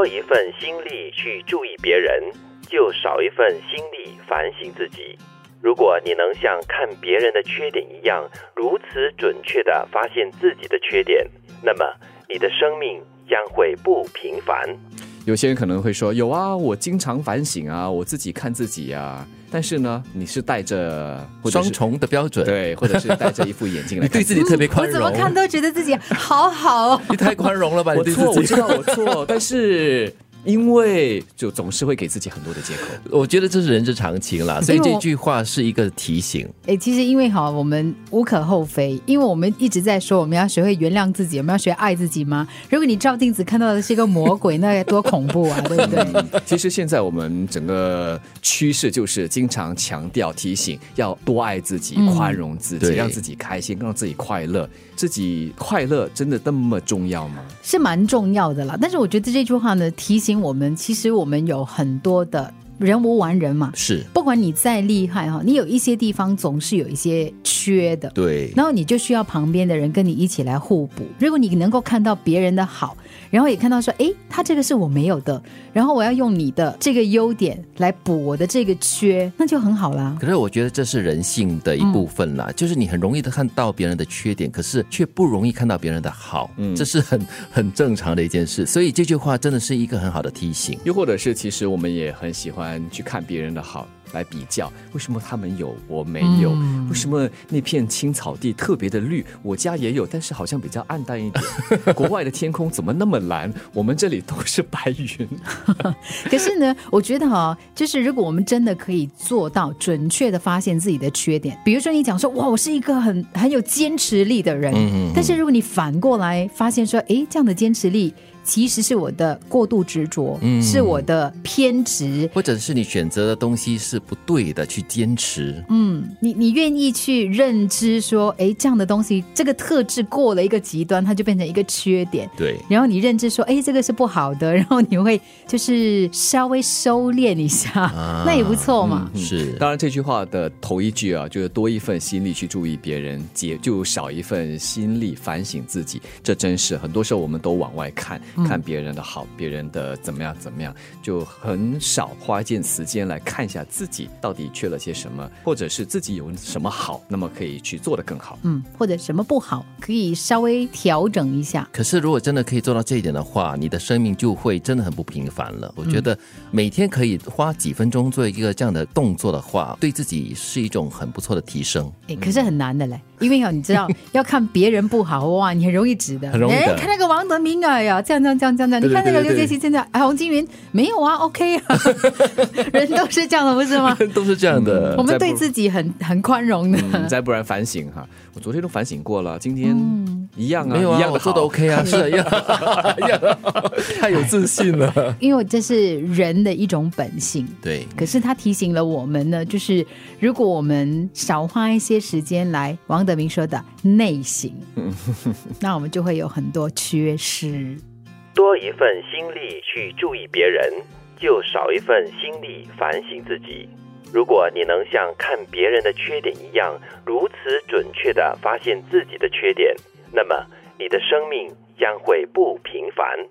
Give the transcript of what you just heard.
多一份心力去注意别人，就少一份心力反省自己。如果你能像看别人的缺点一样，如此准确地发现自己的缺点，那么你的生命将会不平凡。 有些人可能会说，有啊，我经常反省啊，我自己看自己啊。但是呢，你是带着双重的标准， 对，或者是戴着一副眼镜来看你对自己特别宽容。 我怎么看都觉得自己好好你太宽容了吧？ 我错，我知道我错，但是因为就总是会给自己很多的借口。 我觉得这是人之常情啦，所以这句话是一个提醒。 其实因为我们无可厚非，因为我们一直在说我们要学会原谅自己，我们要学爱自己吗？如果你照镜子看到的是一个魔鬼，那该多恐怖啊，对不对？ 其实现在我们整个趋势就是经常强调提醒要多爱自己，宽容自己，让自己开心，让自己快乐。自己快乐真的那么重要吗？ 是蛮重要的啦，但是我觉得这句话呢，提醒我们，其实我们有很多的人无完人嘛， 是， 不管你再厉害你有一些地方总是有一些缺的， 对， 然后你就需要旁边的人跟你一起来互补。如果你能够看到别人的好，然后也看到说，他这个是我没有的，然后我要用你的这个优点来补我的这个缺，那就很好啦。 可是我觉得这是人性的一部分啦，就是你很容易的看到别人的缺点，可是却不容易看到别人的好，这是很正常的一件事。所以这句话真的是一个很好的提醒。 又或者是其实我们也很喜欢去看别人的好，来比较，为什么他们有我没有，为什么那片青草地特别的绿，我家也有，但是好像比较暗淡一点国外的天空怎么那么蓝，我们这里都是白云可是呢，我觉得就是如果我们真的可以做到准确的发现自己的缺点，比如说你讲说，哇，我是一个很有坚持力的人，但是如果你反过来发现说，这样的坚持力其实是我的过度执着，是我的偏执， 或者是你选择的东西是不对的，去坚持。 你愿意去认知说，这样的东西，这个特质过了一个极端，它就变成一个缺点。 对， 然后你认知说，这个是不好的，然后你会就是稍微收敛一下，那也不错嘛。 是， 当然这句话的头一句就是多一份心力去注意别人，就少一份心力反省自己。这真是很多时候我们都往外看别人的好，别人的怎么样，就很少花一点时间来看一下自己到底缺了些什么，或者是自己有什么好，那么可以去做得更好。 或者什么不好，可以稍微调整一下。 可是如果真的可以做到这一点的话，你的生命就会真的很不平凡了。我觉得每天可以花几分钟做一个这样的动作的话，对自己是一种很不错的提升。 可是很难的嘞，因为你知道要看别人不好，哇，你很容易指的， 很容易的。 看那个王德明这样，你看那个刘杰希现在洪金云没有啊 OK 啊人都是这样的不是吗？ 都是这样的， 我们对自己很宽容的。 再不然反省我昨天都反省过了，今天一样啊， 没有啊， 一样的我做的 OK 啊，是一样太有自信了。 因为这是人的一种本性， 对。 可是他提醒了我们呢，就是如果我们少花一些时间来王德明说的内省那我们就会有很多缺失。 多一份心力去注意别人，就少一份心力反省自己。如果你能像看别人的缺点一样，如此准确地发现自己的缺点，那么你的生命将会不平凡。